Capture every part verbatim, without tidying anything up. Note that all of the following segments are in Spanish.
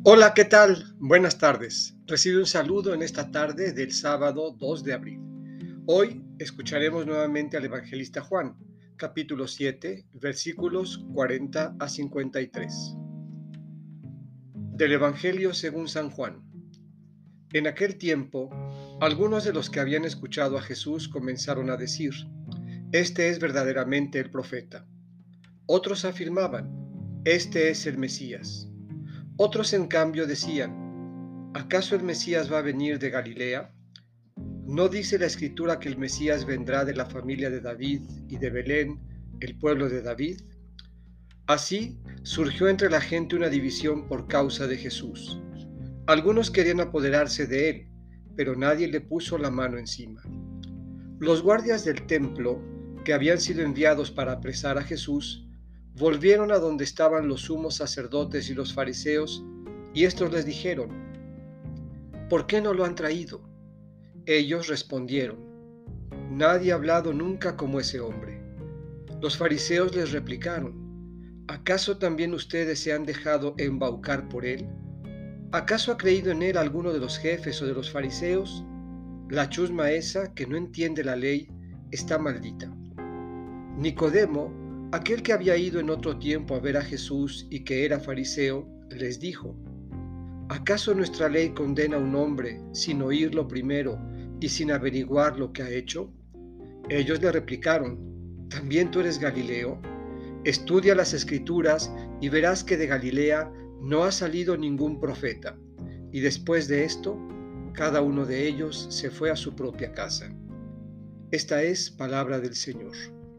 Hola, ¿qué tal? Buenas tardes. Recibe un saludo en esta tarde del sábado dos de abril. Hoy escucharemos nuevamente al evangelista Juan, capítulo siete, versículos cuarenta a cincuenta y tres. Del Evangelio según San Juan. En aquel tiempo, algunos de los que habían escuchado a Jesús comenzaron a decir: Este es verdaderamente el profeta. Otros afirmaban: Este es el Mesías. Otros, en cambio, decían: ¿Acaso el Mesías va a venir de Galilea? ¿No dice la Escritura que el Mesías vendrá de la familia de David y de Belén, el pueblo de David? Así surgió entre la gente una división por causa de Jesús. Algunos querían apoderarse de él, pero nadie le puso la mano encima. Los guardias del templo, que habían sido enviados para apresar a Jesús, volvieron a donde estaban los sumos sacerdotes y los fariseos, y estos les dijeron: ¿Por qué no lo han traído? Ellos respondieron: Nadie ha hablado nunca como ese hombre. Los fariseos les replicaron: ¿Acaso también ustedes se han dejado embaucar por él? ¿Acaso ha creído en él alguno de los jefes o de los fariseos? La chusma esa, que no entiende la ley, está maldita. Nicodemo, aquel que había ido en otro tiempo a ver a Jesús y que era fariseo, les dijo: ¿Acaso nuestra ley condena a un hombre sin oírlo primero y sin averiguar lo que ha hecho? Ellos le replicaron: ¿También tú eres Galileo? Estudia las Escrituras y verás que de Galilea no ha salido ningún profeta. Y después de esto, cada uno de ellos se fue a su propia casa. Esta es palabra del Señor.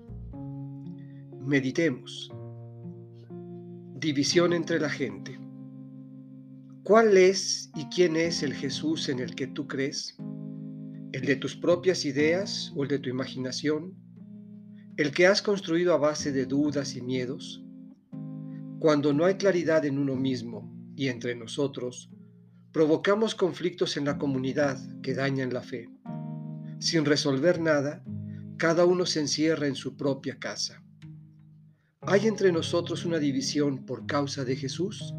Meditemos. División entre la gente. ¿Cuál es y quién es el Jesús en el que tú crees? ¿El de tus propias ideas o el de tu imaginación? ¿El que has construido a base de dudas y miedos? Cuando no hay claridad en uno mismo y entre nosotros, provocamos conflictos en la comunidad que dañan la fe. Sin resolver nada, cada uno se encierra en su propia casa. ¿Hay entre nosotros una división por causa de Jesús?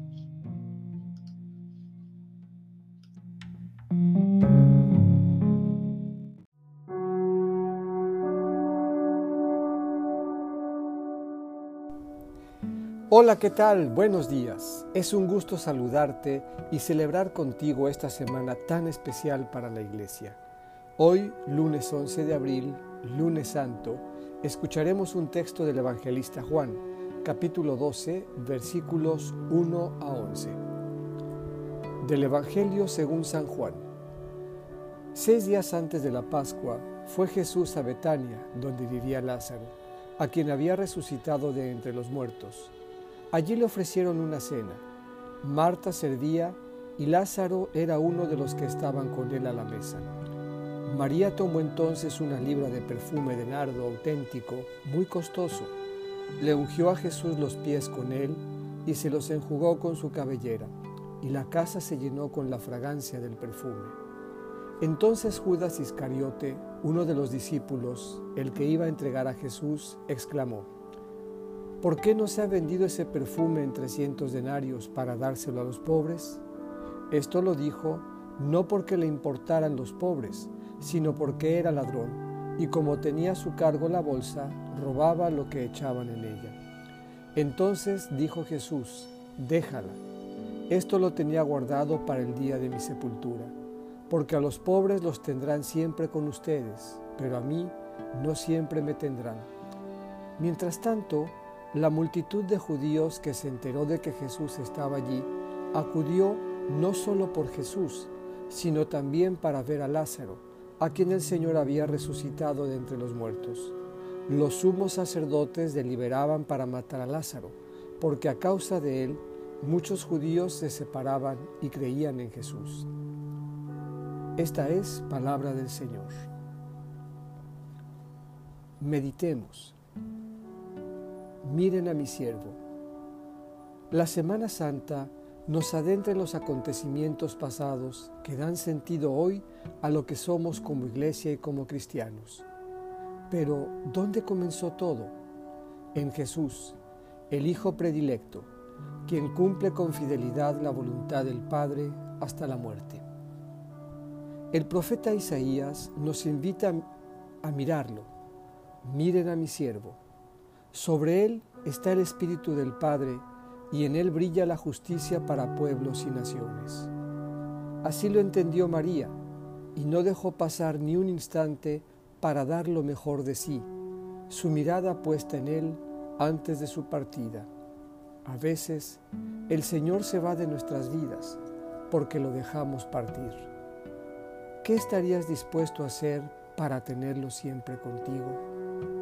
Hola, ¿qué tal? Buenos días. Es un gusto saludarte y celebrar contigo esta semana tan especial para la Iglesia. Hoy, lunes once de abril, lunes santo, escucharemos un texto del evangelista Juan, capítulo doce, versículos uno a once. Del Evangelio según San Juan. Seis días antes de la Pascua, fue Jesús a Betania, donde vivía Lázaro, a quien había resucitado de entre los muertos. Allí le ofrecieron una cena. Marta servía y Lázaro era uno de los que estaban con él a la mesa. María tomó entonces una libra de perfume de nardo auténtico, muy costoso. Le ungió a Jesús los pies con él y se los enjugó con su cabellera, y la casa se llenó con la fragancia del perfume. Entonces Judas Iscariote, uno de los discípulos, el que iba a entregar a Jesús, exclamó: ¿Por qué no se ha vendido ese perfume en trescientos denarios para dárselo a los pobres? Esto lo dijo no porque le importaran los pobres, sino porque era ladrón, y como tenía a su cargo la bolsa, robaba lo que echaban en ella. Entonces dijo Jesús: déjala. Esto lo tenía guardado para el día de mi sepultura, porque a los pobres los tendrán siempre con ustedes, pero a mí no siempre me tendrán. Mientras tanto, la multitud de judíos que se enteró de que Jesús estaba allí, acudió no solo por Jesús, sino también para ver a Lázaro, a quien el Señor había resucitado de entre los muertos. Los sumos sacerdotes deliberaban para matar a Lázaro, porque a causa de él muchos judíos se separaban y creían en Jesús. Esta es palabra del Señor. Meditemos. Miren a mi siervo. La Semana Santa nos adentra en los acontecimientos pasados que dan sentido hoy a lo que somos como iglesia y como cristianos. Pero, ¿dónde comenzó todo? En Jesús, el Hijo predilecto, quien cumple con fidelidad la voluntad del Padre hasta la muerte. El profeta Isaías nos invita a mirarlo. Miren a mi siervo. Sobre él está el Espíritu del Padre, y en él brilla la justicia para pueblos y naciones. Así lo entendió María, y no dejó pasar ni un instante para dar lo mejor de sí, su mirada puesta en él antes de su partida. A veces, el Señor se va de nuestras vidas porque lo dejamos partir. ¿Qué estarías dispuesto a hacer para tenerlo siempre contigo?